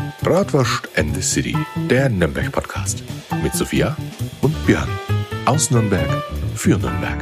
Bratwurst and the City, der Nürnberg-Podcast. Mit Sophia und Björn. Aus Nürnberg für Nürnberg.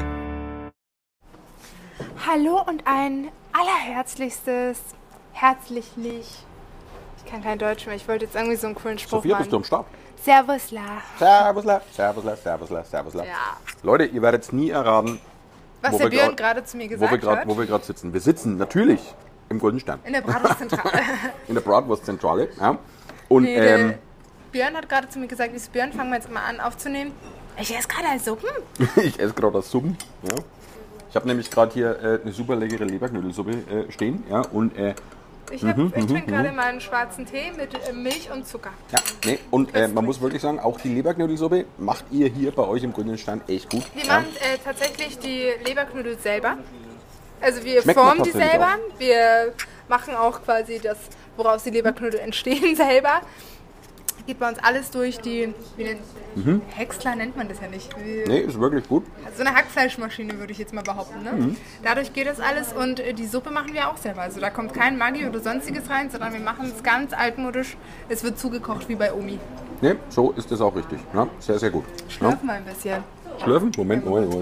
Hallo und ein allerherzlichstes, herzlichlich. Ich kann kein Deutsch mehr, ich wollte jetzt irgendwie so einen coolen Spruch Sophia, machen. bist du am Start? Servusla. Servusla, servusla, servusla, servusla. Ja. Leute, ihr werdet es nie erraten, Was der Björn gerade zu mir gesagt hat. wo wir gerade sitzen. Wir sitzen natürlich im Golden Stern. In der Bratwurstzentrale. In der Bratwurstzentrale. Ja. Und Nee, Björn hat gerade zu mir gesagt, liebes Björn, fangen wir jetzt mal an aufzunehmen. Ich esse gerade Suppen. ich esse gerade das Suppen. Ja. Ich habe nämlich gerade hier eine super leckere Leberknödelsuppe stehen. Ja. Und Ich trinke gerade meinen schwarzen Tee mit Milch und Zucker. ja, nee, und man muss wirklich sagen, auch die Leberknödelsuppe macht ihr hier bei euch im Golden Stern echt gut. Wir machen tatsächlich die Leberknödel selber. Also wir Schmeckt formen noch die tatsächlich selber. Wir machen auch quasi das, woraus die Leberknödel entstehen, selber. Geht bei uns alles durch die, Häcksler nennt man das ja nicht. Nee, ist wirklich gut. So eine Hackfleischmaschine würde ich jetzt mal behaupten. Ne? Dadurch geht das alles und die Suppe machen wir auch selber. Also da kommt kein Maggi oder sonstiges rein, sondern wir machen es ganz altmodisch. Es wird zugekocht wie bei Omi. Nee, so ist das auch richtig. Ja, sehr, sehr gut. Schlürfen wir ein bisschen. Schlürfen? Moment.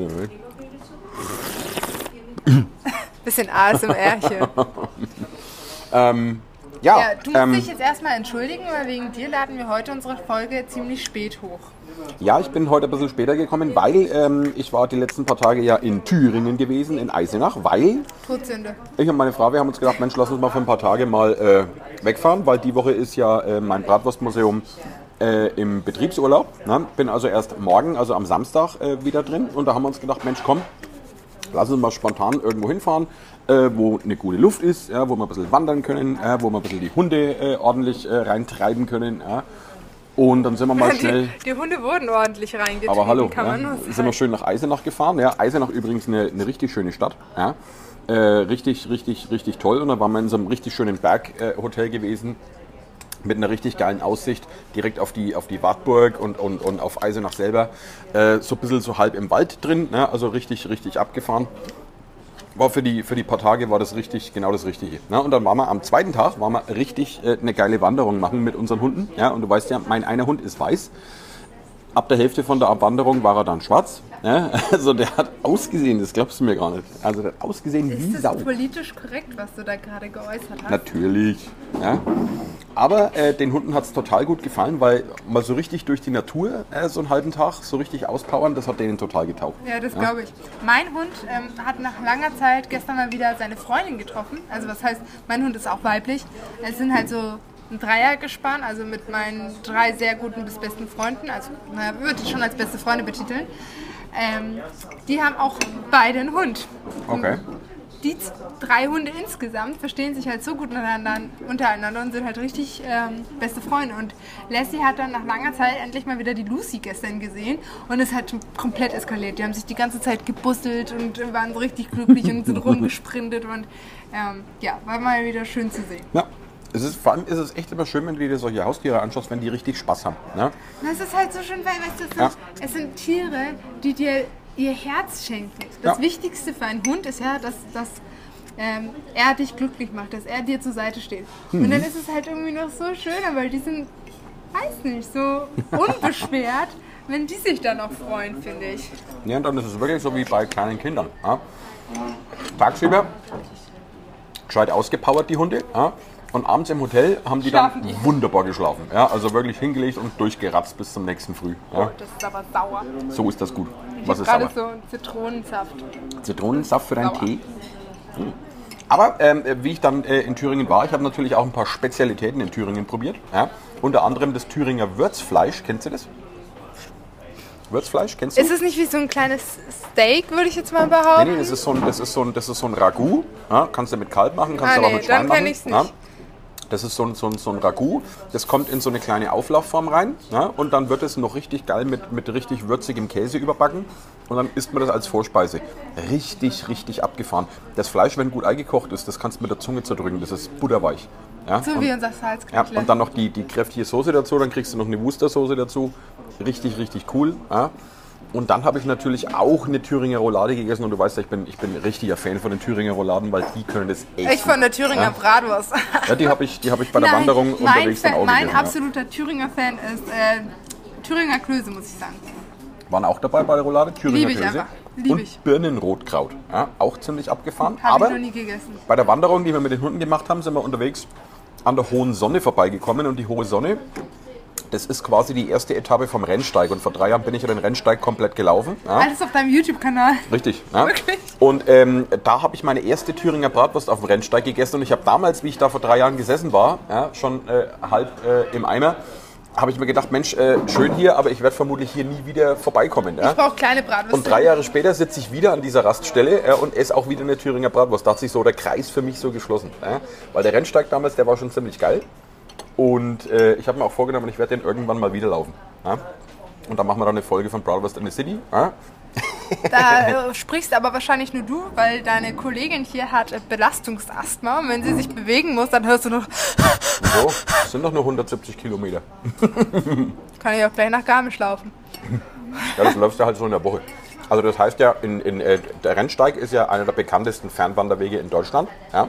Bisschen ASMR-chen. Ja, du musst dich jetzt erstmal entschuldigen, weil wegen dir laden wir heute unsere Folge ziemlich spät hoch. ja, ich bin heute ein bisschen später gekommen, weil ich war die letzten paar Tage ja in Thüringen gewesen, in Eisenach, weil Todsünde. ich und meine Frau, wir haben uns gedacht, Mensch, lass uns mal für ein paar Tage mal wegfahren, weil die Woche ist ja mein Bratwurstmuseum im Betriebsurlaub. Ne? Bin also erst morgen, also am Samstag wieder drin und da haben wir uns gedacht, Mensch, komm, lass uns mal spontan irgendwo hinfahren, wo eine gute Luft ist, ja, wo wir ein bisschen wandern können, wo wir ein bisschen die Hunde ordentlich reintreiben können. Ja. Und dann sind wir mal schnell... Die Hunde wurden ordentlich reingetrieben, Aber hallo, kann man nur sind wir sagen. schön nach Eisenach gefahren. Ja, Eisenach übrigens eine richtig schöne Stadt. Ja. Richtig toll. Und dann waren wir in so einem richtig schönen Berghotel gewesen. Mit einer richtig geilen Aussicht direkt auf die Wartburg und auf Eisenach selber. So ein bisschen so halb im Wald drin, ne? Also richtig abgefahren. War für die paar Tage war das genau das Richtige. Ne? Und dann waren wir am zweiten Tag richtig eine geile Wanderung machen mit unseren Hunden. Ja? Und du weißt ja, mein einer Hund ist weiß. Ab der Hälfte von der Abwanderung war er dann schwarz. Ja? Also der hat ausgesehen, das glaubst du mir gar nicht. Also der hat ausgesehen wie Ist Sau. das politisch korrekt, was du da gerade geäußert hast? Natürlich. Ja. Aber den Hunden hat es total gut gefallen, weil mal so richtig durch die Natur so einen halben Tag so richtig auspowern, das hat denen total getaugt. Ja, das glaube ich. Mein Hund hat nach langer Zeit gestern mal wieder seine Freundin getroffen. Also was heißt, mein Hund ist auch weiblich. Es sind halt so ein Dreiergespann, also mit meinen 3 sehr guten bis besten Freunden. Also würde ich schon als beste Freunde betiteln. Die haben auch beide einen Hund. Okay. Die 3 Hunde insgesamt verstehen sich halt so gut untereinander und sind halt richtig beste Freunde. Und Lassie hat dann nach langer Zeit endlich mal wieder die Lucy gestern gesehen und es hat komplett eskaliert. Die haben sich die ganze Zeit gebustelt und waren so richtig glücklich und sind rumgesprintet und war mal wieder schön zu sehen. Ja. Vor allem ist es echt immer schön, wenn du dir solche Haustiere anschaust, wenn die richtig Spaß haben. Ne? Das ist halt so schön, weil es sind Tiere, die dir ihr Herz schenken. Das Wichtigste für einen Hund ist ja, dass er dich glücklich macht, dass er dir zur Seite steht. Und dann ist es halt irgendwie noch so schöner, weil die sind, weiß nicht, so unbeschwert, wenn die sich dann auch freuen, finde ich. Ja, und dann ist es wirklich so wie bei kleinen Kindern. Ja? Tagsüber gescheit ausgepowert die Hunde. Ja? Und abends im Hotel haben die dann wunderbar geschlafen. Ja? Also wirklich hingelegt und durchgeratzt bis zum nächsten Früh. Ja? Das ist aber sauer. So ist das gut. Ich Was habe ist gerade sauer? so einen Zitronensaft. Zitronensaft für deinen Sauer. Tee? Aber wie ich dann in Thüringen war, ich habe natürlich auch ein paar Spezialitäten in Thüringen probiert. Ja? Unter anderem das Thüringer Würzfleisch. Kennst du das? Würzfleisch, kennst du? Ist es nicht wie so ein kleines Steak, würde ich jetzt mal behaupten? Nee, das ist so ein Ragout. Ja? Kannst du mit Kalb machen, kannst du aber mit Schwein dann machen. kenn ich's nicht. Ja? Das ist so ein Ragout. Das kommt in so eine kleine Auflaufform rein. Ja? Und dann wird es noch richtig geil mit richtig würzigem Käse überbacken. Und dann isst man das als Vorspeise. Richtig abgefahren. Das Fleisch, wenn gut eingekocht ist, das kannst du mit der Zunge zerdrücken. Das ist butterweich. Ja? So wie unser Salzknödel. Ja, und dann noch die kräftige Soße dazu. Dann kriegst du noch eine Worcestersoße dazu. Richtig cool. Ja? Und dann habe ich natürlich auch eine Thüringer Roulade gegessen. Und du weißt ja, ich bin ein richtiger Fan von den Thüringer Rouladen, weil die können das echt. Ich von der Thüringer Bratwurst. Ja, die hab ich bei der Wanderung unterwegs dann auch Mein gegessen. absoluter Thüringer Fan ist Thüringer Klöße, muss ich sagen. Waren auch dabei bei der Roulade, Thüringer Liebe ich Klöße. einfach. Liebe ich. Und Birnenrotkraut. Ja, auch ziemlich abgefahren. Habe ich Aber noch nie gegessen. bei der Wanderung, die wir mit den Hunden gemacht haben, sind wir unterwegs an der Hohen Sonne vorbeigekommen. Und die Hohe Sonne, das ist quasi die erste Etappe vom Rennsteig. Und vor 3 Jahren bin ich ja den Rennsteig komplett gelaufen. Ja. Alles auf deinem YouTube-Kanal. Richtig. Ja. Wirklich? Und da habe ich meine erste Thüringer Bratwurst auf dem Rennsteig gegessen. Und ich habe damals, wie ich da vor 3 Jahren gesessen war, ja, schon halb im Eimer, habe ich mir gedacht, Mensch, schön hier, aber ich werde vermutlich hier nie wieder vorbeikommen. Ja? Ich brauche kleine Bratwürste. Und 3 Jahre später sitze ich wieder an dieser Raststelle und esse auch wieder eine Thüringer Bratwurst. Da hat sich so der Kreis für mich so geschlossen. Ja? Weil der Rennsteig damals, der war schon ziemlich geil. Und ich habe mir auch vorgenommen, ich werde den irgendwann mal wieder laufen. Ja? Und dann machen wir dann eine Folge von Bratwurst in the City. Ja? Da sprichst aber wahrscheinlich nur du, weil deine Kollegin hier hat Belastungsasthma. Und wenn sie sich bewegen muss, dann hörst du noch... So, das sind doch nur 170 Kilometer. Kann ich auch gleich nach Garmisch laufen. Ja, das läufst ja halt so in der Woche. Also das heißt ja, der Rennsteig ist ja einer der bekanntesten Fernwanderwege in Deutschland. Ja?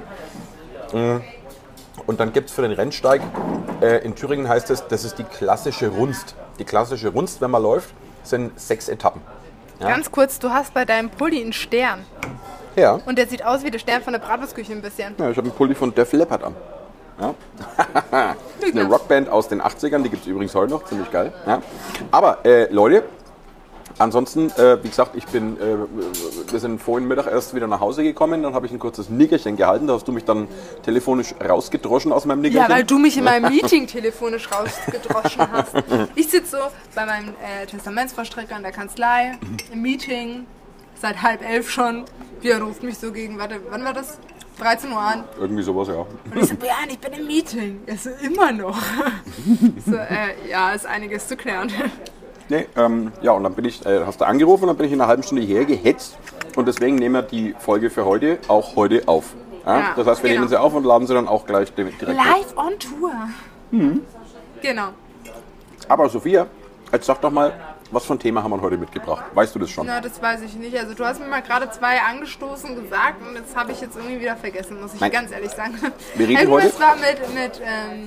Und dann gibt es für den Rennsteig, in Thüringen heißt es, das ist die klassische Runst. Die klassische Runst, wenn man läuft, sind 6 Etappen. Ja? Ganz kurz, du hast bei deinem Pulli einen Stern. Ja. Und der sieht aus wie der Stern von der Bratwurstküche ein bisschen. Ja, ich habe einen Pulli von Def Leppard an. Ja. Das ist eine Rockband aus den 80ern, die gibt es übrigens heute noch, ziemlich geil. Ja. Aber Leute, ansonsten, wie gesagt, wir sind vorhin Mittag erst wieder nach Hause gekommen, dann habe ich ein kurzes Nickerchen gehalten, da hast du mich dann telefonisch rausgedroschen aus meinem Nickerchen. Ja, weil du mich in meinem Meeting telefonisch rausgedroschen hast. Ich sitze so bei meinem Testamentsvollstrecker in der Kanzlei, im Meeting, seit 10:30 schon. Björn ruft mich so gegen, wann war das? 13 Uhr an. Irgendwie sowas, ja. Und ich so, Björn, ich bin im Meeting. Er so, immer noch. Ich so, ja, ist einiges zu klären. Nee, ja, und dann hast du angerufen und dann bin ich in einer halben Stunde hierher gehetzt. Und deswegen nehmen wir die Folge für heute auch heute auf. Ja? Ja, das heißt, wir nehmen sie auf und laden sie dann auch gleich direkt hoch. Live on Tour. Genau. Aber Sophia, jetzt sag doch mal, was für ein Thema haben wir heute mitgebracht? Weißt du das schon? Na, das weiß ich nicht. Also du hast mir mal gerade 2 angestoßen gesagt und das habe ich jetzt irgendwie wieder vergessen, muss ich ganz ehrlich sagen. Wir reden heute... Irgendwas war mit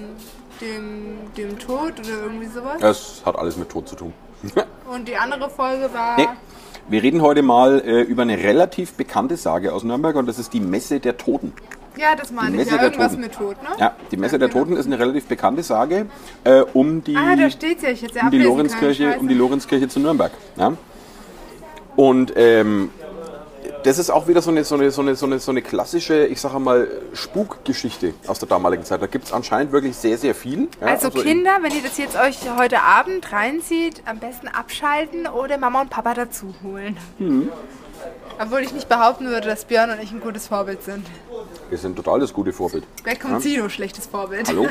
dem Tod oder irgendwie sowas. Es hat alles mit Tod zu tun. Und die andere Folge war... Nee. Wir reden heute mal über eine relativ bekannte Sage aus Nürnberg und das ist die Messe der Toten. Ja, das meine ich. Ja, irgendwas mit Tod, ne? Ja, die Messe der Toten ist eine relativ bekannte Sage um die, da steht's ja, ich hätte um die Lorenzkirche zu Nürnberg. Ja? Und das ist auch wieder so eine klassische, ich sage mal, Spukgeschichte aus der damaligen Zeit. Da gibt es anscheinend wirklich sehr, sehr viel. Ja, also Kinder, wenn ihr das jetzt euch heute Abend reinzieht, am besten abschalten oder Mama und Papa dazu holen. Obwohl ich nicht behaupten würde, dass Björn und ich ein gutes Vorbild sind. Wir sind total das gute Vorbild. Wer kommt Sino, schlechtes Vorbild. Hallo?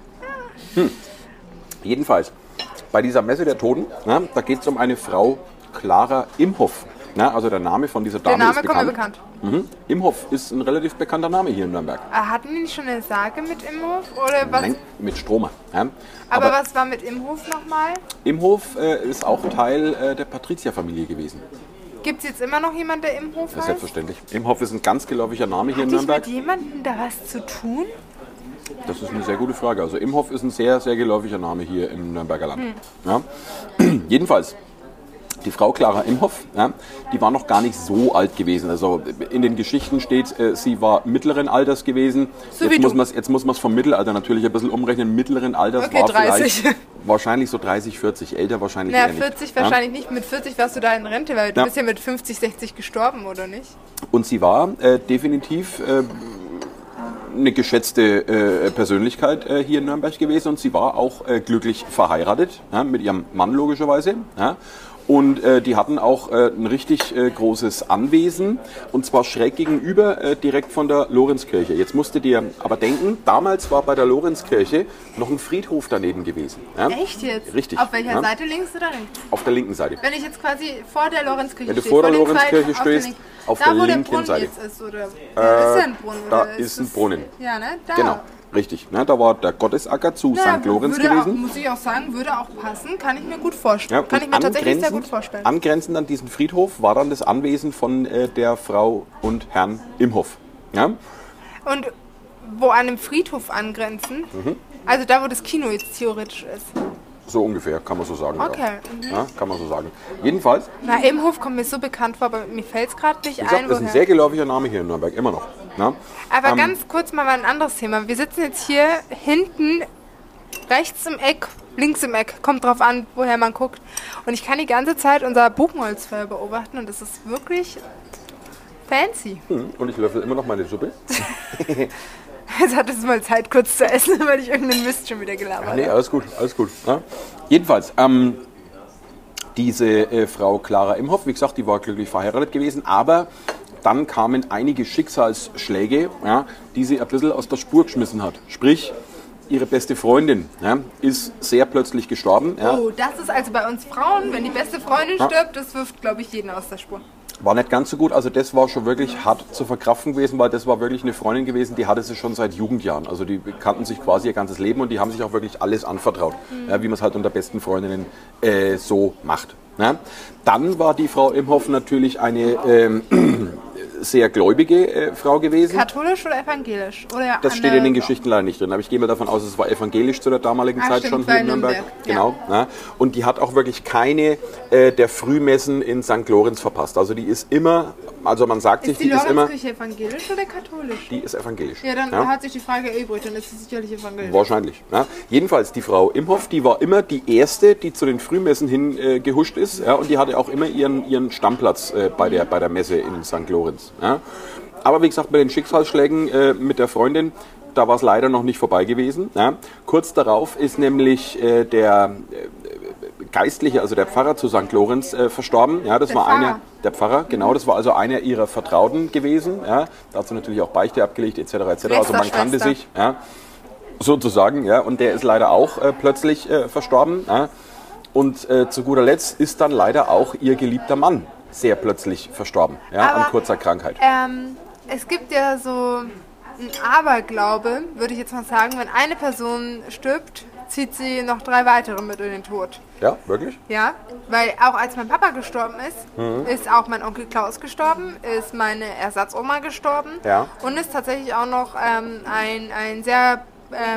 Jedenfalls, bei dieser Messe der Toten, da geht es um eine Frau Clara Imhoff. Also der Name von dieser Dame ist bekannt. Der Name kommt mir bekannt. Imhoff ist ein relativ bekannter Name hier in Nürnberg. Hatten die nicht schon eine Sage mit Imhoff? Oder was? Nein, mit Stromer. Ja. Aber was war mit Imhoff nochmal? Imhoff ist auch Teil der Patrizierfamilie gewesen. Gibt es jetzt immer noch jemanden, der Imhoff heißt? Ja, selbstverständlich. Imhoff ist ein ganz geläufiger Name hier in Nürnberg. Hat mit jemandem da was zu tun? Das ist eine sehr gute Frage. Also Imhoff ist ein sehr, sehr geläufiger Name hier im Nürnberger Land. Ja. Jedenfalls, die Frau Clara Imhoff, die war noch gar nicht so alt gewesen. Also in den Geschichten steht, sie war mittleren Alters gewesen. So jetzt muss man es vom Mittelalter natürlich ein bisschen umrechnen. Mittleren Alters okay, war 30. Vielleicht wahrscheinlich so 30, 40. Älter wahrscheinlich eher nicht. 40 wahrscheinlich nicht. Mit 40 warst du da in Rente, weil du bist ja mit 50, 60 gestorben, oder nicht? Und sie war definitiv eine geschätzte Persönlichkeit hier in Nürnberg gewesen. Und sie war auch glücklich verheiratet, mit ihrem Mann logischerweise. Ja. Und die hatten auch ein richtig großes Anwesen, und zwar schräg gegenüber, direkt von der Lorenzkirche. Jetzt musst du dir aber denken, damals war bei der Lorenzkirche noch ein Friedhof daneben gewesen. Ja? Echt jetzt? Richtig. Auf welcher Seite, links oder rechts? Auf der linken Seite. Wenn ich jetzt quasi vor der Lorenzkirche stehe. Wenn du vor der Lorenzkirche stehst, auf der linken Seite. Jetzt ist, oder? Ist ja ein Brunnen, da oder? ist ein Brunnen. Ja, ne? Da. Genau. Richtig. Ne? Da war der Gottesacker zu St. Lorenz gewesen. Muss ich auch sagen, würde auch passen. Kann ich mir gut vorstellen. Ja, kann ich mir tatsächlich sehr gut vorstellen. Angrenzend an diesen Friedhof war dann das Anwesen von der Frau und Herrn Imhoff. Ja? Und wo an einem Friedhof angrenzen, also da, wo das Kino jetzt theoretisch ist. So ungefähr, kann man so sagen. Okay. Ja, kann man so sagen. Jedenfalls. Na, Imhoff kommt mir so bekannt vor, aber mir fällt es gerade nicht ein. Das ist ein sehr geläufiger Name hier in Nürnberg, immer noch. Ja? Aber ganz kurz mal ein anderes Thema. Wir sitzen jetzt hier hinten, rechts im Eck, links im Eck, kommt drauf an, woher man guckt. Und ich kann die ganze Zeit unser Buchenholzfeuer beobachten und das ist wirklich fancy. Und ich löffel immer noch meine Suppe. Jetzt hat es mal Zeit, kurz zu essen, weil ich irgendeinen Mist schon wieder gelabert habe. Nee, alles gut, alles gut. Ja? Jedenfalls, diese Frau Clara Imhoff, wie gesagt, die war glücklich verheiratet gewesen, aber dann kamen einige Schicksalsschläge, ja, die sie ein bisschen aus der Spur geschmissen hat. Sprich, ihre beste Freundin ist sehr plötzlich gestorben. Ja. Oh, das ist also bei uns Frauen, wenn die beste Freundin stirbt, das wirft, glaube ich, jeden aus der Spur. War nicht ganz so gut, also das war schon wirklich hart zu verkraften gewesen, weil das war wirklich eine Freundin gewesen, die hatte sie schon seit Jugendjahren. Also die kannten sich quasi ihr ganzes Leben und die haben sich auch wirklich alles anvertraut, ja, wie man es halt unter besten Freundinnen so macht. Ja. Dann war die Frau Imhoff natürlich eine sehr gläubige Frau gewesen. Katholisch oder evangelisch? Oder das steht in den Geschichten leider nicht drin, aber ich gehe mal davon aus, es war evangelisch zu der damaligen Zeit stimmt, schon hier in Nürnberg. Genau. Ja. Und die hat auch wirklich keine der Frühmessen in St. Lorenz verpasst. Also die ist immer, also man sagt sich, die ist immer... Ist die Lorenzkirche evangelisch oder katholisch? Die ist evangelisch. Ja, dann hat sich die Frage erübrigt, dann ist sie sicherlich evangelisch. Wahrscheinlich. Ja. Jedenfalls, die Frau Imhoff, die war immer die Erste, die zu den Frühmessen hin gehuscht ist. Ja, und die hatte auch immer ihren Stammplatz bei der Messe in St. Lorenz. Ja. Aber wie gesagt, bei den Schicksalsschlägen mit der Freundin, da war es leider noch nicht vorbei gewesen. Ja. Kurz darauf ist nämlich der Geistliche, also der Pfarrer zu St. Lorenz verstorben. Ja, das war einer, der Pfarrer, genau, das war also einer ihrer Vertrauten gewesen. Ja. Dazu natürlich auch Beichte abgelegt, etc. Also man kannte sich, ja, sozusagen. Ja. Und der ist leider auch plötzlich verstorben. Ja. Und zu guter Letzt ist dann leider auch ihr geliebter Mann sehr plötzlich verstorben, ja, an kurzer Krankheit. Es gibt ja so einen Aberglaube, würde ich jetzt mal sagen, wenn eine Person stirbt, zieht sie noch 3 weitere mit in den Tod. Ja, wirklich? Ja, weil auch als mein Papa gestorben ist, ist auch mein Onkel Klaus gestorben, ist meine Ersatzoma gestorben und ist tatsächlich auch noch ein sehr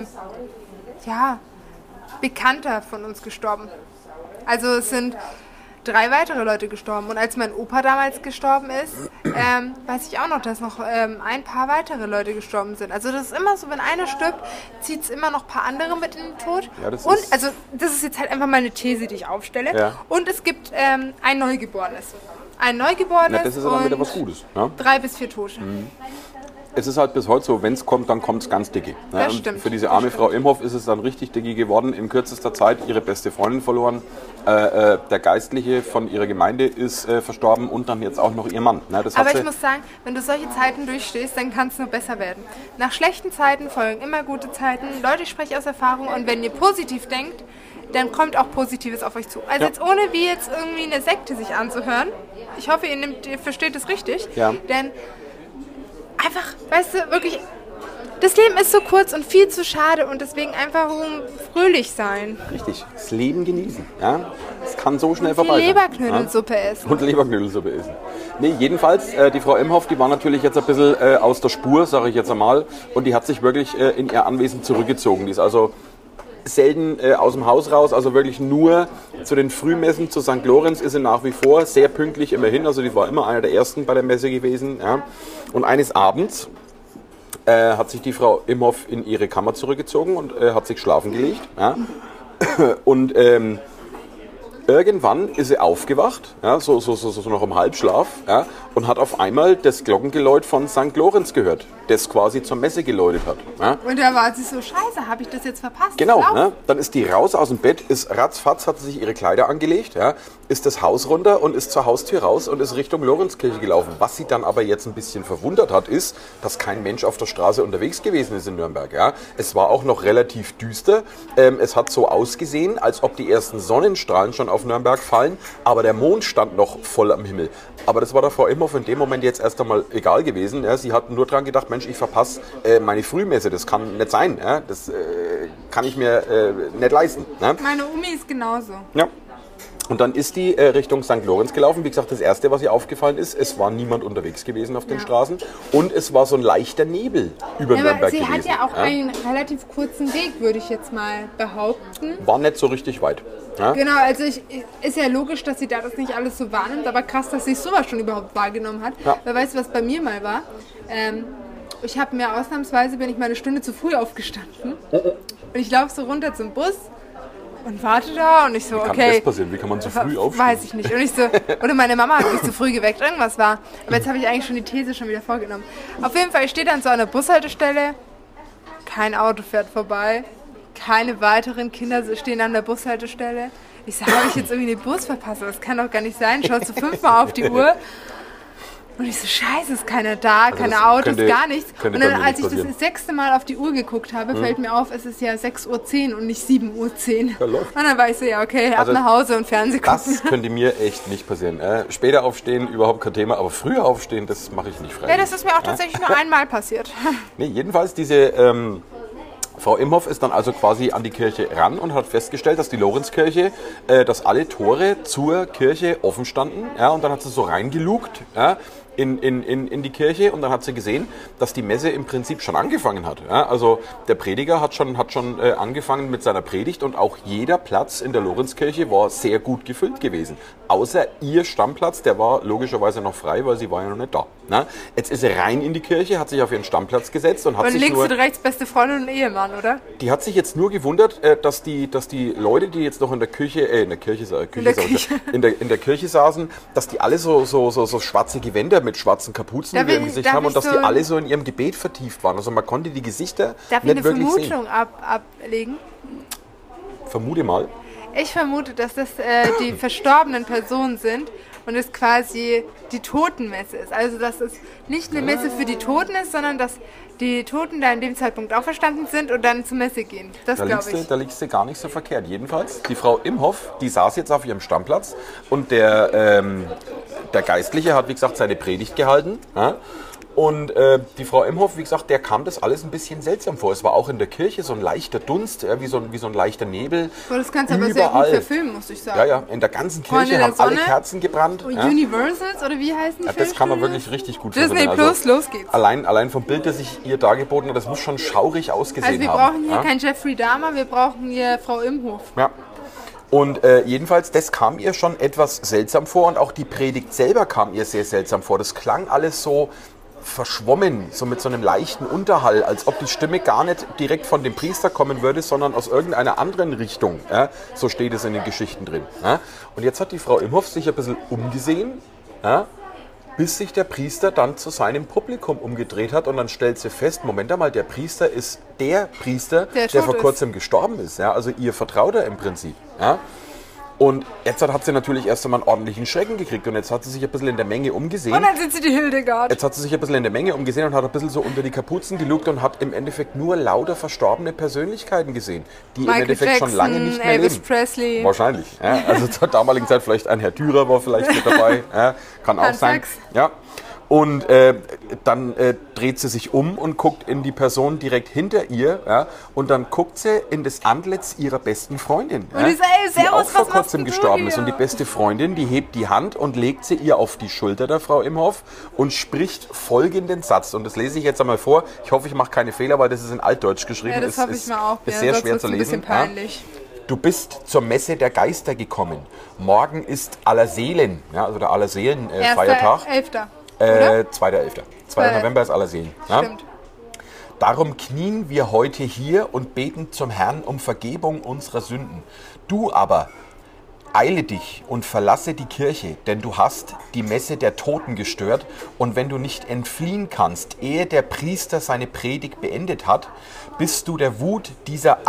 Bekannter von uns gestorben. Also es sind 3 weitere Leute gestorben. Und als mein Opa damals gestorben ist, weiß ich auch noch, dass noch ein paar weitere Leute gestorben sind. Also das ist immer so, wenn einer stirbt, zieht es immer noch ein paar andere mit in den Tod. Ja, das ist jetzt halt einfach mal eine These, die ich aufstelle. Ja. Und es gibt ein Neugeborenes. Ein Neugeborenes. Ja, das ist dann wieder was Gutes. Ja? 3 bis 4 Tote. Es ist halt bis heute so, wenn es kommt, dann kommt es ganz dicke. Ja, das stimmt. Für diese arme Frau Imhoff ist es dann richtig dicke geworden. In kürzester Zeit ihre beste Freundin verloren. Der Geistliche von ihrer Gemeinde ist verstorben und dann jetzt auch noch ihr Mann. Ja, aber ich muss sagen, wenn du solche Zeiten durchstehst, dann kann es nur besser werden. Nach schlechten Zeiten folgen immer gute Zeiten. Leute, ich spreche aus Erfahrung und wenn ihr positiv denkt, dann kommt auch Positives auf euch zu. Also jetzt ohne wie jetzt irgendwie eine Sekte sich anzuhören. Ich hoffe, ihr versteht es richtig. Ja. Denn einfach, weißt du, wirklich, das Leben ist so kurz und viel zu schade und deswegen einfach fröhlich sein. Richtig, das Leben genießen. Ja? Es kann so schnell vorbei sein. Und Leberknödelsuppe essen. Und Leberknödelsuppe essen. Nee, jedenfalls, die Frau Imhoff, die war natürlich jetzt ein bisschen aus der Spur, sage ich jetzt einmal, und die hat sich wirklich in ihr Anwesen zurückgezogen. Die ist also selten aus dem Haus raus, also wirklich nur zu den Frühmessen zu St. Lorenz ist sie nach wie vor sehr pünktlich immerhin, also die war immer einer der Ersten bei der Messe gewesen. Ja. Und eines Abends hat sich die Frau Imhoff in ihre Kammer zurückgezogen und hat sich schlafen gelegt. Ja. Und irgendwann ist sie aufgewacht, ja, so noch im Halbschlaf, ja, und hat auf einmal das Glockengeläut von St. Lorenz gehört, das quasi zur Messe geläutet hat. Ja. Und da war sie so, scheiße, habe ich das jetzt verpasst? Genau, ne? Dann ist die raus aus dem Bett, ist ratzfatz, hat sie sich ihre Kleider angelegt, ja, ist das Haus runter und ist zur Haustür raus und ist Richtung Lorenzkirche gelaufen. Was sie dann aber jetzt ein bisschen verwundert hat, ist, dass kein Mensch auf der Straße unterwegs gewesen ist in Nürnberg. Ja. Es war auch noch relativ düster. Es hat so ausgesehen, als ob die ersten Sonnenstrahlen schon auf auf Nürnberg fallen, aber der Mond stand noch voll am Himmel. Aber das war der Frau Imhoff in dem Moment jetzt erst einmal egal gewesen. Ja. Sie hat nur dran gedacht, Mensch, ich verpasse meine Frühmesse, das kann nicht sein. Ja. Das kann ich mir nicht leisten. Ja. Meine Omi ist genauso. Ja. Und dann ist die Richtung St. Lorenz gelaufen. Wie gesagt, das Erste, was ihr aufgefallen ist, es war niemand unterwegs gewesen auf den Straßen. Und es war so ein leichter Nebel über Nürnberg gewesen. Sie hat ja auch einen relativ kurzen Weg, würde ich jetzt mal behaupten. War nicht so richtig weit. Ja? Genau, also ist ja logisch, dass sie da das nicht alles so wahrnimmt, aber krass, dass sie sowas schon überhaupt wahrgenommen hat. Ja. Weil weißt du, was bei mir mal war? Ich habe mir ausnahmsweise, bin ich mal eine Stunde zu früh aufgestanden. Und ich laufe so runter zum Bus. Und warte da und ich so, Wie okay. kann das passieren? Wie kann man so früh aufstehen? Weiß ich nicht. Und ich so, oder meine Mama hat mich zu früh geweckt, irgendwas war. Aber jetzt habe ich eigentlich schon die These schon wieder vorgenommen. Auf jeden Fall, ich stehe dann so an der Bushaltestelle, kein Auto fährt vorbei, keine weiteren Kinder stehen an der Bushaltestelle. Ich so, habe ich jetzt irgendwie den Bus verpasst? Das kann doch gar nicht sein. Schaust du 5-mal auf die Uhr. Und ich so, scheiße, ist keiner da, also keine Autos, gar nichts. Und dann, als ich das 6. Mal auf die Uhr geguckt habe, fällt mir auf, es ist ja 6:10 Uhr und nicht 7:10 Uhr. Ja, und dann war ich so, ja, okay, ab nach Hause und Fernsehen gucken. Das könnte mir echt nicht passieren. Später aufstehen, überhaupt kein Thema, aber früher aufstehen, das mache ich nicht freiwillig. Ja, das ist mir auch tatsächlich nur einmal passiert. Nee, jedenfalls diese Frau Imhoff ist dann also quasi an die Kirche ran und hat festgestellt, dass die Lorenzkirche, dass alle Tore zur Kirche offen standen. Ja, und dann hat sie so reingelugt, ja, in die Kirche und dann hat sie gesehen, dass die Messe im Prinzip schon angefangen hat. Ja, also der Prediger hat schon angefangen mit seiner Predigt und auch jeder Platz in der Lorenzkirche war sehr gut gefüllt gewesen. Außer ihr Stammplatz, der war logischerweise noch frei, weil sie war ja noch nicht da. Na? Jetzt ist sie rein in die Kirche, hat sich auf ihren Stammplatz gesetzt und hat und sich links und rechts beste Freundin und Ehemann, oder? Die hat sich jetzt nur gewundert, dass die Leute, die jetzt noch in der Kirche saßen, dass die alle so schwarze Gewänder mit schwarzen Kapuzen über ihrem Gesicht haben und dass die alle so in ihrem Gebet vertieft waren. Also man konnte die Gesichter nicht wirklich sehen. Darf ich eine Vermutung ablegen? Vermute mal. Ich vermute, dass das die verstorbenen Personen sind und es quasi die Totenmesse ist. Also dass es nicht eine Messe für die Toten ist, sondern dass die Toten da in dem Zeitpunkt auch verstanden sind und dann zur Messe gehen. Das glaube ich. Da liegst du gar nicht so verkehrt. Jedenfalls, die Frau Imhoff, die saß jetzt auf ihrem Stammplatz und der Geistliche hat, wie gesagt, seine Predigt gehalten. Ja? Und die Frau Imhoff, wie gesagt, der kam das alles ein bisschen seltsam vor. Es war auch in der Kirche so ein leichter Dunst, wie so ein leichter Nebel. Boah, das kannst du aber sehr gut verfilmen, muss ich sagen. Ja, in der ganzen Kirche haben alle Kerzen gebrannt. Ja. Universals, oder wie heißen die ja, das kann man wirklich richtig gut Disney Plus, los geht's. Allein vom Bild, das sich ihr dargeboten hat, das muss schon schaurig ausgesehen haben. Also wir brauchen hier kein Jeffrey Dahmer, wir brauchen hier Frau Imhoff. Ja. Und jedenfalls, das kam ihr schon etwas seltsam vor und auch die Predigt selber kam ihr sehr seltsam vor. Das klang alles so verschwommen, so mit so einem leichten Unterhall, als ob die Stimme gar nicht direkt von dem Priester kommen würde, sondern aus irgendeiner anderen Richtung. Ja? So steht es in den Geschichten drin. Ja? Und jetzt hat die Frau Imhoff sich ein bisschen umgesehen, ja? Bis sich der Priester dann zu seinem Publikum umgedreht hat und dann stellt sie fest, Moment einmal, der Priester ist der Priester, der vor kurzem gestorben ist. Ja? Also ihr Vertrauter im Prinzip. Ja? Und jetzt hat sie natürlich erst einmal einen ordentlichen Schrecken gekriegt und jetzt hat sie sich ein bisschen in der Menge umgesehen. Und dann sind sie die Hildegard. Jetzt hat sie sich ein bisschen in der Menge umgesehen und hat ein bisschen so unter die Kapuzen gelugt und hat im Endeffekt nur lauter verstorbene Persönlichkeiten gesehen, die Michael im Endeffekt Jackson, schon lange nicht mehr Elvis leben. Presley. Wahrscheinlich. Ja. Also zur damaligen Zeit vielleicht ein Herr Dürer war vielleicht mit dabei. Ja. Kann auch sein. Ja. Und dann dreht sie sich um und guckt in die Person direkt hinter ihr. Ja, und dann guckt sie in das Antlitz ihrer besten Freundin. Und die, die auch vor kurzem gestorben ist. Und die beste Freundin, die hebt die Hand und legt sie ihr auf die Schulter der Frau Imhoff und spricht folgenden Satz. Und das lese ich jetzt einmal vor. Ich hoffe, ich mache keine Fehler, weil das ist in Altdeutsch geschrieben. Ja, das hoffe ich mir auch. Ist sehr schwer zu lesen. Ein bisschen peinlich. Ja. Du bist zur Messe der Geister gekommen. Morgen ist Allerseelen, ja, also der Allerseelen-Feiertag. 2.11. 2. November ist Allerseelen. Ja? Stimmt. Darum knien wir heute hier und beten zum Herrn um Vergebung unserer Sünden. Du aber, eile dich und verlasse die Kirche, denn du hast die Messe der Toten gestört. Und wenn du nicht entfliehen kannst, ehe der Priester seine Predigt beendet hat, bist du der Wut dieser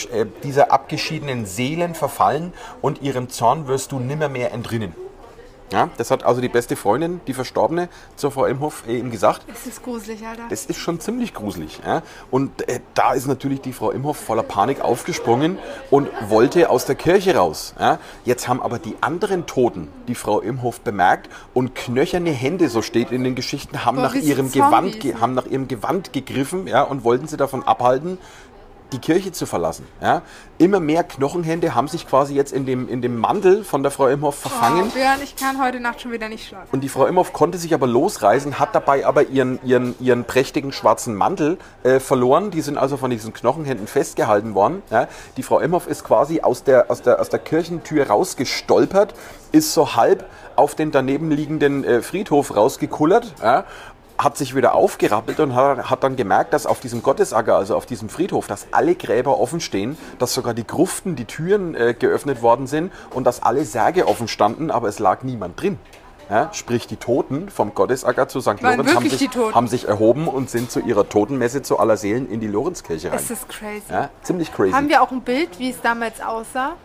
abgeschiedenen Seelen verfallen und ihrem Zorn wirst du nimmermehr entrinnen. Ja, das hat also die beste Freundin, die Verstorbene, zur Frau Imhoff ihm gesagt. Das ist gruselig, Alter. Das ist schon ziemlich gruselig. Ja? Und da ist natürlich die Frau Imhoff voller Panik aufgesprungen und wollte aus der Kirche raus. Ja? Jetzt haben aber die anderen Toten die Frau Imhoff bemerkt und knöcherne Hände, so steht in den Geschichten, haben, nach ihrem Gewand gegriffen, ja, und wollten sie davon abhalten, die Kirche zu verlassen. Ja? Immer mehr Knochenhände haben sich quasi jetzt in dem Mantel von der Frau Imhoff verfangen. Oh, Björn, ich kann heute Nacht schon wieder nicht schlafen. Und die Frau Imhoff konnte sich aber losreißen, hat dabei aber ihren prächtigen schwarzen Mantel verloren. Die sind also von diesen Knochenhänden festgehalten worden. Ja? Die Frau Imhoff ist quasi aus der Kirchentür rausgestolpert, ist so halb auf den daneben liegenden Friedhof rausgekullert. Ja? Hat sich wieder aufgerappelt und hat dann gemerkt, dass auf diesem Gottesacker, also auf diesem Friedhof, dass alle Gräber offen stehen, dass sogar die Gruften, die Türen geöffnet worden sind und dass alle Särge offen standen, aber es lag niemand drin. Ja, sprich, die Toten vom Gottesacker zu St. Lorenz haben sich erhoben und sind zu ihrer Totenmesse zu aller Seelen in die Lorenzkirche rein. Das ist crazy. Ja, ziemlich crazy. Haben wir auch ein Bild, wie es damals aussah?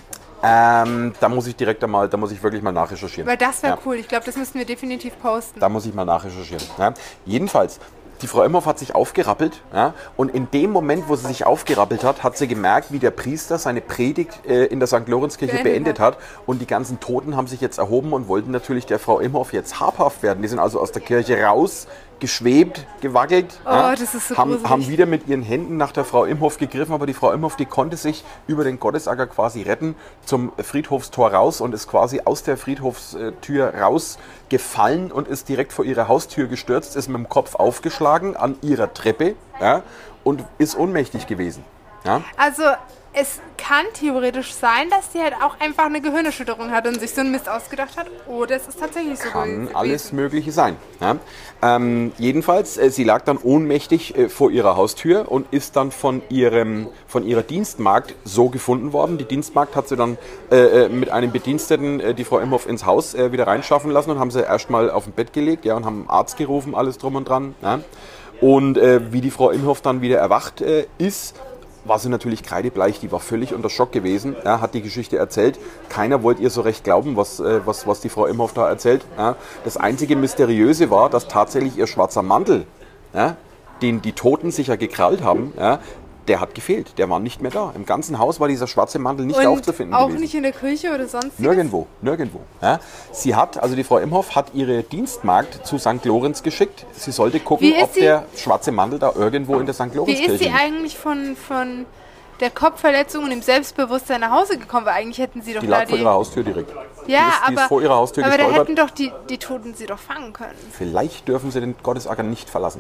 Da muss ich wirklich mal nachrecherchieren. Weil das wäre cool. Ich glaube, das müssten wir definitiv posten. Da muss ich mal nachrecherchieren. Ja. Jedenfalls, die Frau Imhoff hat sich aufgerappelt, ja, und in dem Moment, wo sie sich aufgerappelt hat, hat sie gemerkt, wie der Priester seine Predigt in der St. Lorenzkirche beendet hat. Und die ganzen Toten haben sich jetzt erhoben und wollten natürlich der Frau Imhoff jetzt habhaft werden. Die sind also aus der Kirche raus, geschwebt, gewackelt, das ist so haben wieder mit ihren Händen nach der Frau Imhoff gegriffen, aber die Frau Imhoff, die konnte sich über den Gottesacker quasi retten zum Friedhofstor raus und ist quasi aus der Friedhofstür rausgefallen und ist direkt vor ihrer Haustür gestürzt, ist mit dem Kopf aufgeschlagen an ihrer Treppe, ja, und ist ohnmächtig gewesen. Ja. Also es kann theoretisch sein, dass sie halt auch einfach eine Gehirnerschütterung hat und sich so einen Mist ausgedacht hat. Oder es ist tatsächlich so gewesen. Kann alles Mögliche sein. Ja. Jedenfalls, sie lag dann ohnmächtig vor ihrer Haustür und ist dann von ihrer Dienstmagd so gefunden worden. Die Dienstmagd hat sie dann mit einem Bediensteten, die Frau Imhoff, ins Haus wieder reinschaffen lassen und haben sie erstmal auf dem Bett gelegt, ja, und haben einen Arzt gerufen, alles drum und dran. Ja. Und wie die Frau Imhoff dann wieder erwacht ist, war sie natürlich kreidebleich, die war völlig unter Schock gewesen, ja, hat die Geschichte erzählt. Keiner wollte ihr so recht glauben, was die Frau Imhoff da erzählt. Ja. Das einzige Mysteriöse war, dass tatsächlich ihr schwarzer Mantel, ja, den die Toten sicher gekrallt haben, ja, der hat gefehlt, der war nicht mehr da. Im ganzen Haus war dieser schwarze Mantel nicht aufzufinden auch gewesen. Nicht in der Küche oder sonst? Nirgendwo. Ja. Die Frau Imhoff hat ihre Dienstmagd zu St. Lorenz geschickt. Sie sollte gucken, ob der schwarze Mantel da irgendwo in der St. Lorenzkirche liegt. Wie ist sie eigentlich von der Kopfverletzung und dem Selbstbewusstsein nach Hause gekommen? Weil eigentlich hätten sie doch die lag vor ihrer Haustür direkt. Ja, die ist vor ihrer Haustür gestolpert. Da hätten doch die Toten sie doch fangen können. Vielleicht dürfen sie den Gottesacker nicht verlassen.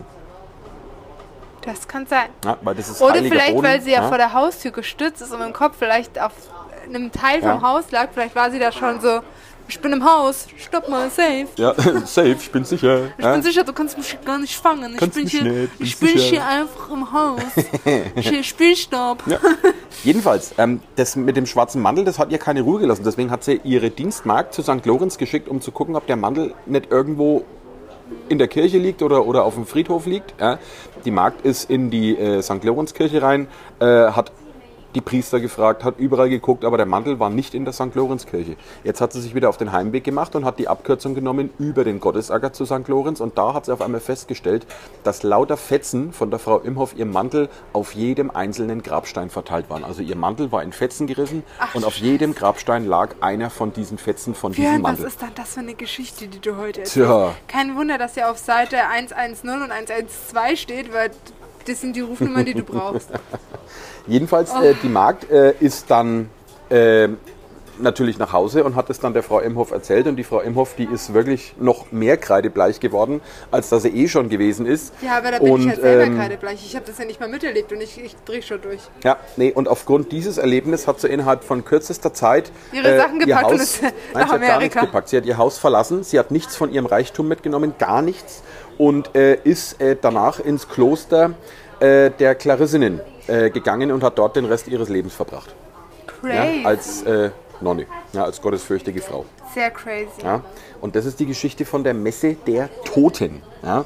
Das kann sein. Ja, weil das ist oder vielleicht, Boden, weil sie ja vor der Haustür gestützt ist und im Kopf vielleicht auf einem Teil vom Haus lag. Vielleicht war sie da schon so, ich bin im Haus, stopp mal, safe. Ja, safe, ich bin sicher. Ich bin sicher, du kannst mich gar nicht fangen. Ich bin hier einfach im Haus. Spielstopp. Ja. Jedenfalls, das mit dem schwarzen Mantel, das hat ihr keine Ruhe gelassen. Deswegen hat sie ihre Dienstmagd zu St. Lorenz geschickt, um zu gucken, ob der Mantel nicht irgendwo in der Kirche liegt oder auf dem Friedhof liegt. Ja. Die Magd ist in die St. Lorenzkirche rein, hat die Priester gefragt, hat überall geguckt, aber der Mantel war nicht in der St. Lorenzkirche. Jetzt hat sie sich wieder auf den Heimweg gemacht und hat die Abkürzung genommen über den Gottesacker zu St. Lorenz und da hat sie auf einmal festgestellt, dass lauter Fetzen von der Frau Imhoff ihrem Mantel auf jedem einzelnen Grabstein verteilt waren. Also ihr Mantel war in Fetzen gerissen und auf jedem Grabstein lag einer von diesen Fetzen von diesem Mantel. Was ist dann das für eine Geschichte, die du heute erzählst? Tja. Kein Wunder, dass ja auf Seite 110 und 112 steht, weil das sind die Rufnummern, die du brauchst. Jedenfalls, die Magd ist dann natürlich nach Hause und hat es dann der Frau Imhoff erzählt. Und die Frau Imhoff, die ist wirklich noch mehr kreidebleich geworden, als dass sie schon gewesen ist. Ja, aber da bin ich halt selber kreidebleich. Ich habe das ja nicht mal miterlebt und ich drehe schon durch. Ja, nee, und aufgrund dieses Erlebnisses hat sie innerhalb von kürzester Zeit ihre Sachen gepackt und ist nach Amerika. Sie hat gar nichts gepackt. Sie hat ihr Haus verlassen, sie hat nichts von ihrem Reichtum mitgenommen, gar nichts. Und ist danach ins Kloster der Klarissinnen gegangen und hat dort den Rest ihres Lebens verbracht. Crazy. Ja, als Nonne, ja, als gottesfürchtige Frau. Sehr crazy. Ja, und das ist die Geschichte von der Messe der Toten. Ja.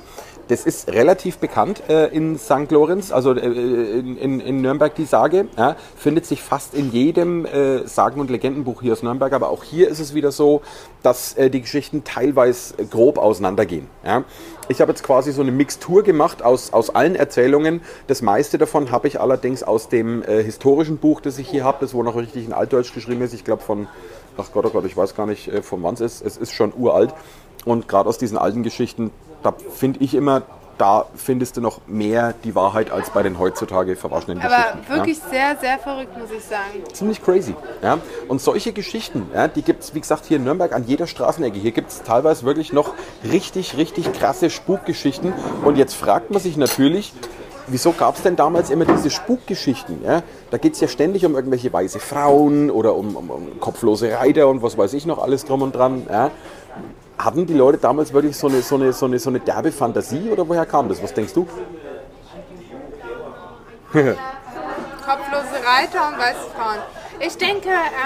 Das ist relativ bekannt in St. Lorenz, also in Nürnberg die Sage. Ja, findet sich fast in jedem Sagen- und Legendenbuch hier aus Nürnberg. Aber auch hier ist es wieder so, dass die Geschichten teilweise grob auseinandergehen. Ja. Ich habe jetzt quasi so eine Mixtur gemacht aus allen Erzählungen. Das meiste davon habe ich allerdings aus dem historischen Buch, das ich hier habe, das wo noch richtig in Altdeutsch geschrieben ist. Ich glaube von, ach Gott, oh Gott, ich weiß gar nicht, von wann es ist. Es ist schon uralt. Und gerade aus diesen alten Geschichten, da finde ich immer, da findest du noch mehr die Wahrheit als bei den heutzutage verwaschenen Geschichten. Aber wirklich sehr, sehr verrückt, muss ich sagen. Ziemlich crazy. Ja? Und solche Geschichten, ja, die gibt es, wie gesagt, hier in Nürnberg an jeder Straßenecke. Hier gibt es teilweise wirklich noch richtig, richtig krasse Spukgeschichten. Und jetzt fragt man sich natürlich, wieso gab es denn damals immer diese Spukgeschichten? Ja? Da geht es ja ständig um irgendwelche weiße Frauen oder um kopflose Reiter und was weiß ich noch alles drum und dran. Ja? Hatten die Leute damals wirklich so eine derbe Fantasie oder woher kam das? Was denkst du? Kopflose Reiter und weiße Frauen. Ich denke,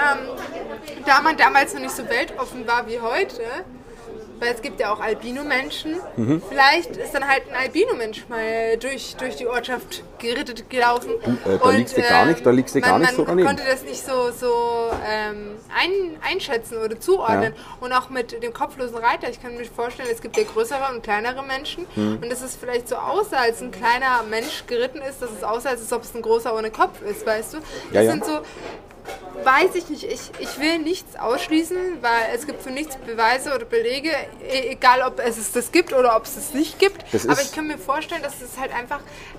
da man damals noch nicht so weltoffen war wie heute, weil es gibt ja auch Albino-Menschen, vielleicht ist dann halt ein Albino-Mensch mal durch die Ortschaft gelaufen. Da liegst du gar nicht, so daneben. Man konnte das nicht so einschätzen oder zuordnen. Ja. Und auch mit dem kopflosen Reiter, ich kann mir vorstellen, es gibt ja größere und kleinere Menschen. Und dass es vielleicht so aussah, als ein kleiner Mensch geritten ist, dass es aussah, als ob es ein großer ohne Kopf ist, weißt du? Das sind so... Weiß ich nicht. Ich will nichts ausschließen, weil es gibt für nichts Beweise oder Belege, egal ob es das gibt oder ob es es nicht gibt. Aber ich kann mir vorstellen, dass es halt einfach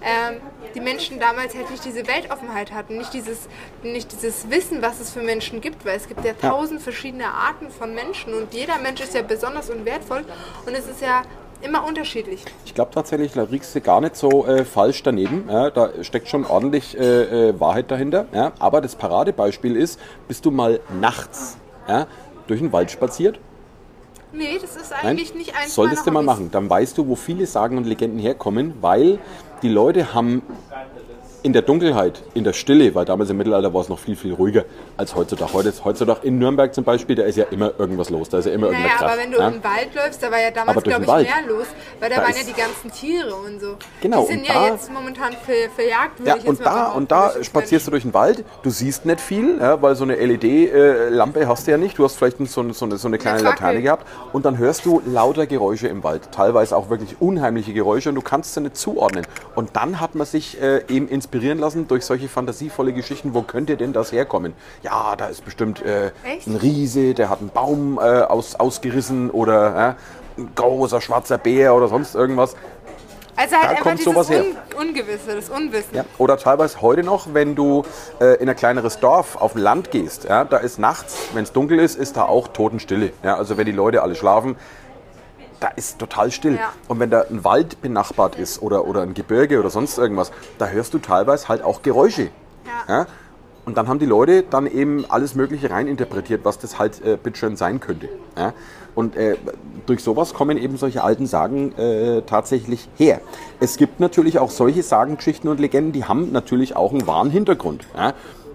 die Menschen damals halt nicht diese Weltoffenheit hatten, nicht dieses Wissen, was es für Menschen gibt, weil es gibt ja 1000 verschiedene Arten von Menschen und jeder Mensch ist ja besonders und wertvoll und es ist ja immer unterschiedlich. Ich glaube tatsächlich, da liegst du gar nicht so falsch daneben. Ja, da steckt schon ordentlich Wahrheit dahinter. Ja, aber das Paradebeispiel ist, bist du mal nachts durch den Wald spaziert? Nee, das ist eigentlich nicht eins Solltest du mal machen. Dann weißt du, wo viele Sagen und Legenden herkommen, weil die Leute haben in der Dunkelheit, in der Stille, weil damals im Mittelalter war es noch viel, viel ruhiger als heutzutage. Heutzutage in Nürnberg zum Beispiel, da ist ja immer irgendwas los, da ist ja immer irgendwas Krach. Aber wenn du im Wald läufst, da war ja damals, glaube ich, mehr los, weil da waren ja die ganzen Tiere und so. Genau. Die sind ja jetzt momentan verjagt, würde ich jetzt mal sagen. Und da spazierst du durch den Wald, du siehst nicht viel, weil so eine LED-Lampe hast du ja nicht, du hast vielleicht so eine kleine Laterne gehabt und dann hörst du lauter Geräusche im Wald, teilweise auch wirklich unheimliche Geräusche und du kannst sie nicht zuordnen. Und dann hat man sich eben inspirieren lassen durch solche fantasievolle Geschichten. Wo könnte denn das herkommen? Ja, da ist bestimmt ein Riese, der hat einen Baum ausgerissen oder ein großer schwarzer Bär oder sonst irgendwas. Also halt einfach dieses Ungewisse, das Unwissen. Ja, oder teilweise heute noch, wenn du in ein kleineres Dorf auf dem Land gehst, da ist nachts, wenn es dunkel ist, ist da auch Totenstille. Ja, also wenn die Leute alle schlafen, da ist total still. Ja. Und wenn da ein Wald benachbart ist oder ein Gebirge oder sonst irgendwas, da hörst du teilweise halt auch Geräusche. Ja. Ja? Und dann haben die Leute dann eben alles Mögliche reininterpretiert, was das halt bitteschön sein könnte. Ja? Und durch sowas kommen eben solche alten Sagen tatsächlich her. Es gibt natürlich auch solche Sagen, Geschichten und Legenden, die haben natürlich auch einen wahren Hintergrund. Ja?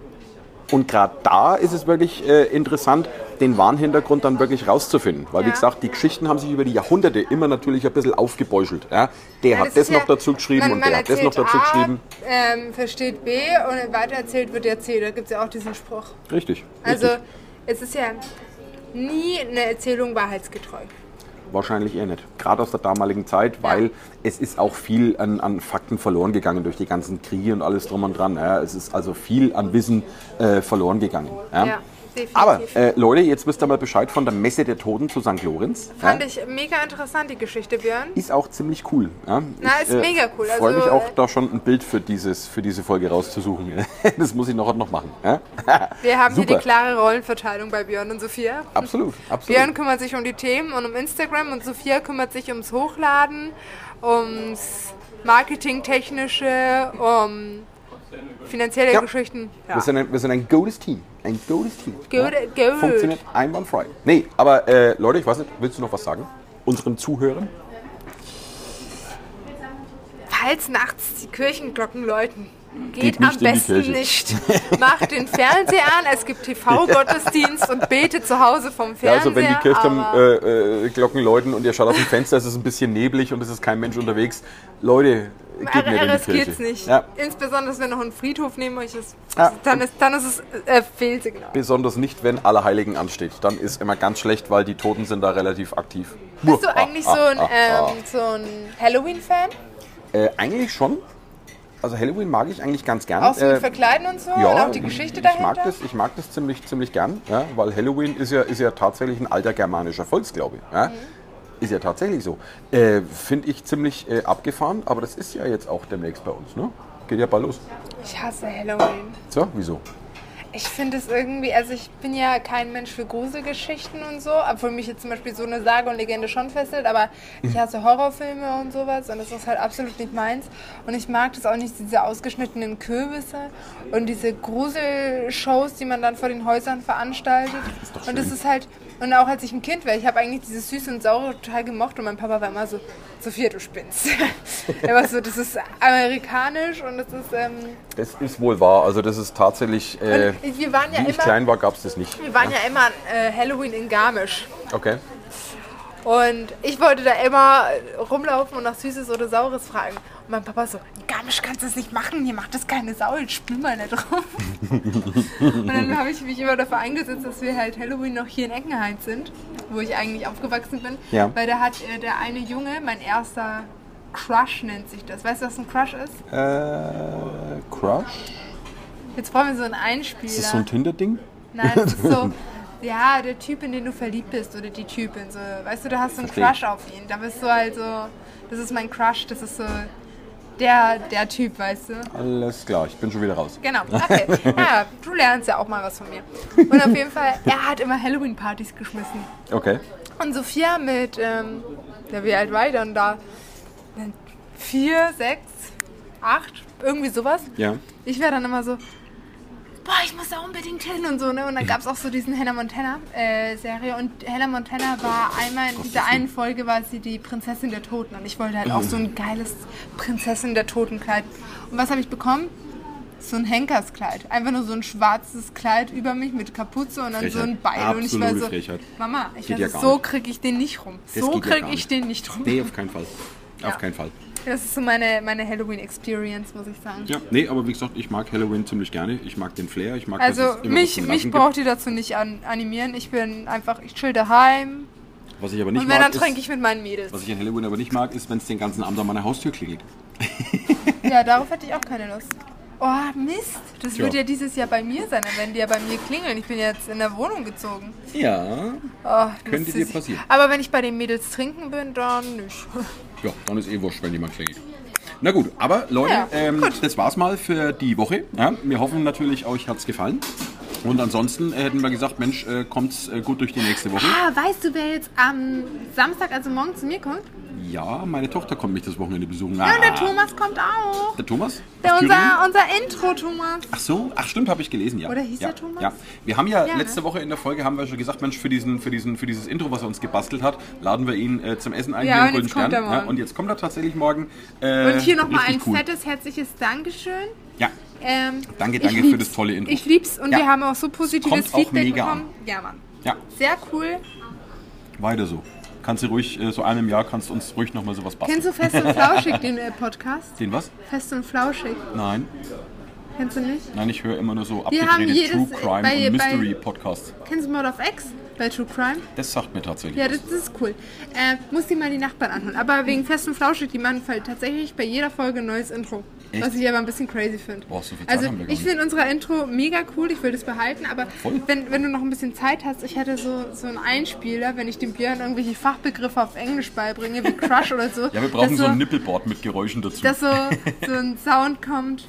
Und gerade da ist es wirklich interessant, den wahren Hintergrund dann wirklich rauszufinden. Weil, wie gesagt, die Geschichten haben sich über die Jahrhunderte immer natürlich ein bisschen aufgebäuschelt. Ja? Der hat das noch dazu geschrieben und der hat das noch dazu geschrieben. Versteht B und weitererzählt wird ja C. Da gibt es ja auch diesen Spruch. Richtig. Also, es ist ja nie eine Erzählung wahrheitsgetreu. Wahrscheinlich eher nicht. Gerade aus der damaligen Zeit, weil es ist auch viel an Fakten verloren gegangen durch die ganzen Kriege und alles drum und dran. Ja. Es ist also viel an Wissen verloren gegangen. Ja. Ja, definitiv. Aber Leute, jetzt wisst ihr mal Bescheid von der Messe der Toten zu St. Lorenz. Fand ich mega interessant, die Geschichte, Björn. Ist auch ziemlich cool. Ja. Ist mega cool. Ich freue mich auch, da schon ein Bild für diese Folge rauszusuchen. Das muss ich noch machen. Ja. Wir haben hier die klare Rollenverteilung bei Björn und Sophia. Absolut. Björn kümmert sich um die Themen und um Instagram und Sophia kümmert sich ums Hochladen, ums Marketingtechnische, um finanzielle Geschichten. Ja. Wir sind ein gutes Team. Ein gutes Team. Good. Funktioniert einwandfrei. Nee, aber Leute, ich weiß nicht, willst du noch was sagen? Unseren Zuhörern? Falls nachts die Kirchenglocken läuten, Geht nicht am in die besten Kirche. nicht. Macht den Fernseher an, es gibt TV-Gottesdienst und betet zu Hause vom Ja, Fernseher. also wenn die Kirchturmglocken läuten und ihr schaut aus dem Fenster, ist es ein bisschen neblig und es ist kein Mensch unterwegs. Leute, geht nicht in die Kirche. Geht's nicht. Ja. Insbesondere, wenn noch ein Friedhof neben euch ist, Ja. dann ist es Fehlsignal. Besonders nicht, wenn Allerheiligen ansteht. Dann ist immer ganz schlecht, weil die Toten sind da relativ aktiv. Bist du eigentlich so ein Halloween-Fan? Eigentlich schon. Also Halloween mag ich eigentlich ganz gern. Auch so mit Verkleiden und so? Ja, und auch die Geschichte dahinter? Ich mag das ziemlich gern, ja, weil Halloween ist ja tatsächlich ein alter germanischer Volksglaube. Ja. Ist ja tatsächlich so. Finde ich ziemlich abgefahren, aber das ist ja jetzt auch demnächst bei uns. Ne? Geht ja bald los. Ich hasse Halloween. So, wieso? Ich finde es irgendwie, also ich bin ja kein Mensch für Gruselgeschichten und so, obwohl mich jetzt zum Beispiel so eine Sage und Legende schon fesselt, aber ich hasse Horrorfilme und sowas und das ist halt absolut nicht meins. Und ich mag das auch nicht, diese ausgeschnittenen Kürbisse und diese Gruselshows, die man dann vor den Häusern veranstaltet. Ist doch Und das schön. ist halt, und auch als ich ein Kind war, ich habe eigentlich dieses Süße und Saure total gemocht und mein Papa war immer so, Sophia, du spinnst. Er war so, das ist amerikanisch und das ist... Es ist wohl wahr. Also das ist tatsächlich, wir waren ja wie ich immer, klein war, gab es das nicht. wir waren ja immer an Halloween in Garmisch. Okay. Und ich wollte da immer rumlaufen und nach Süßes oder Saures fragen. Und mein Papa so, in Garmisch kannst du das nicht machen, hier macht das keine Sau, jetzt spül mal nicht drauf. Und dann habe ich mich immer dafür eingesetzt, dass wir halt Halloween noch hier in Eckenheim sind, wo ich eigentlich aufgewachsen bin. Ja. Weil da hat der eine Junge, mein erster Crush nennt sich das. Weißt du, was ein Crush ist? Crush? Jetzt brauchen wir so einen Einspieler. Ist das so ein Tinder-Ding? Nein, das ist so, ja, der Typ, in den du verliebt bist oder die Typin. So, weißt du, du hast so einen Verstehe. Crush auf ihn. Da bist du halt so, das ist mein Crush, das ist so der Typ, weißt du. Alles klar, ich bin schon wieder raus. Genau, okay. Ja, du lernst ja auch mal was von mir. Und auf jeden Fall, er hat immer Halloween-Partys geschmissen. Okay. Und Sophia mit, ja, wie alt war ich dann da? 4, 6, 8, irgendwie sowas. Ja. Ich wäre dann immer so, boah, ich muss da unbedingt hin und so, ne? Und dann gab es auch so diesen Hannah Montana Serie und Hannah Montana war einmal in dieser einen Folge war sie die Prinzessin der Toten und ich wollte halt auch so ein geiles Prinzessin der Toten Kleid. Und was habe ich bekommen? So ein Henkerskleid. Einfach nur so ein schwarzes Kleid über mich mit Kapuze und dann so ein Beil. Und ich war so, Frechheit. Mama, Geht ja gar so nicht. kriege ich den nicht rum. Das So geht ja kriege gar ich nicht. den nicht rum. Nee, auf keinen Fall. Ja. Auf keinen Fall. Das ist so meine Halloween-Experience, muss ich sagen. Ja, nee, aber wie gesagt, ich mag Halloween ziemlich gerne. Ich mag den Flair, ich mag Also dass es immer was zum mich Lachen braucht ihr dazu nicht animieren. Ich bin einfach, ich chill daheim. gibt. Was ich aber nicht Und wenn, dann mag, trinke ist, ich mit meinen Mädels. was ich an Halloween aber nicht mag, ist, wenn es den ganzen Abend an meiner Haustür klingelt. Ja, darauf hätte ich auch keine Lust. Oh, Mist. Das Tja. wird ja dieses Jahr bei mir sein. Dann werden die ja bei mir klingeln. Ich bin jetzt in der Wohnung gezogen. Ja. Oh, Könnte das dir ist- passieren. Aber wenn ich bei den Mädels trinken bin, dann nicht. Ja, dann ist eh wurscht, wenn jemand klingelt. Na gut, aber Leute, Ja, gut. das war's mal für die Woche. Ja, wir hoffen natürlich, euch hat's gefallen. Und ansonsten hätten wir gesagt, Mensch, kommt's gut durch die nächste Woche. Ah, weißt du, wer jetzt am Samstag, also morgen zu mir kommt? Ja, meine Tochter kommt mich das Wochenende besuchen. Ja, und der Thomas kommt auch. Der Thomas? Der Aus Thüringen? unser Intro-Thomas. Ach so, ach stimmt, habe ich gelesen, ja. Oder hieß ja, der Thomas? Ja, wir haben ja, Ja, letzte ne? Woche in der Folge haben wir schon gesagt, Mensch, für dieses Intro, was er uns gebastelt hat, laden wir ihn zum Essen ein Ja, hier im und Golden jetzt kommt Stern. er morgen. Ja, und jetzt kommt er tatsächlich morgen. Und hier nochmal ein richtig cool. fettes, herzliches Dankeschön. Ja, Danke ich für lieb's. das tolle Intro. Ich lieb's und Ja. wir haben auch so positives Kommt auch Feedback mega bekommen. Ja, Mann. ja, Sehr cool. weiter so. Kannst du ruhig, so einem Jahr kannst du uns ruhig nochmal sowas basteln. Kennst du Fest und Flauschig, den Podcast? Den was? Fest und Flauschig. Nein, Kennst du nicht? nein, ich höre immer nur so Wir haben abgedrehte jedes- True Crime bei- und bei- Mystery Podcasts. Kennst du Mord of X bei True Crime? Das sagt mir tatsächlich Ja, was. das ist cool. Muss die mal die Nachbarn anhören. Aber wegen Fest und Flauschig, die machen halt tatsächlich bei jeder Folge ein neues Intro. Echt? Was ich aber ein bisschen crazy finde. Boah, so viel Zeit Also haben wir gar ich nicht. finde unsere Intro mega cool, ich will das behalten, aber Voll. wenn du noch ein bisschen Zeit hast, ich hätte so einen Einspieler, wenn ich dem Björn irgendwelche Fachbegriffe auf Englisch beibringe, wie Crush oder so. Ja, wir brauchen dass so ein Nippelboard mit Geräuschen dazu. dass so ein Sound kommt,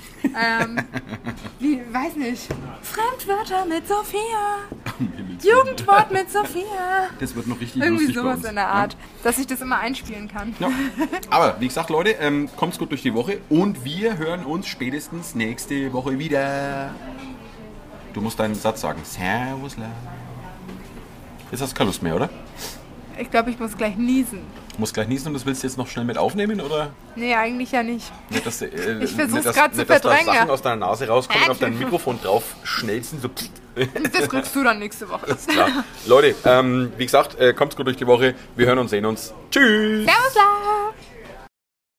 wie, weiß nicht, Fremdwörter mit Sophia, Jugendwort mit Sophia. Das wird noch richtig Irgendwie lustig bei sowas uns. in der Art, dass ich das immer einspielen kann. Ja. Aber wie gesagt, Leute, kommt's gut durch die Woche und wir hören uns spätestens nächste Woche wieder. Du musst deinen Satz sagen. Servus, la. Jetzt hast du keine Lust mehr, oder? Ich glaube, ich muss gleich niesen. Du musst gleich niesen und das willst du jetzt noch schnell mit aufnehmen, oder? Nee, eigentlich ja nicht. Nicht, dass, Ich versuch's gerade zu dass da verdrängen. Sachen aus deiner Nase rauskommen und auf dein Mikrofon drauf schnellsten. So. Das kriegst du dann nächste Woche. Alles klar. Leute, wie gesagt, kommt's gut durch die Woche. Wir hören und sehen uns. Tschüss! Servus!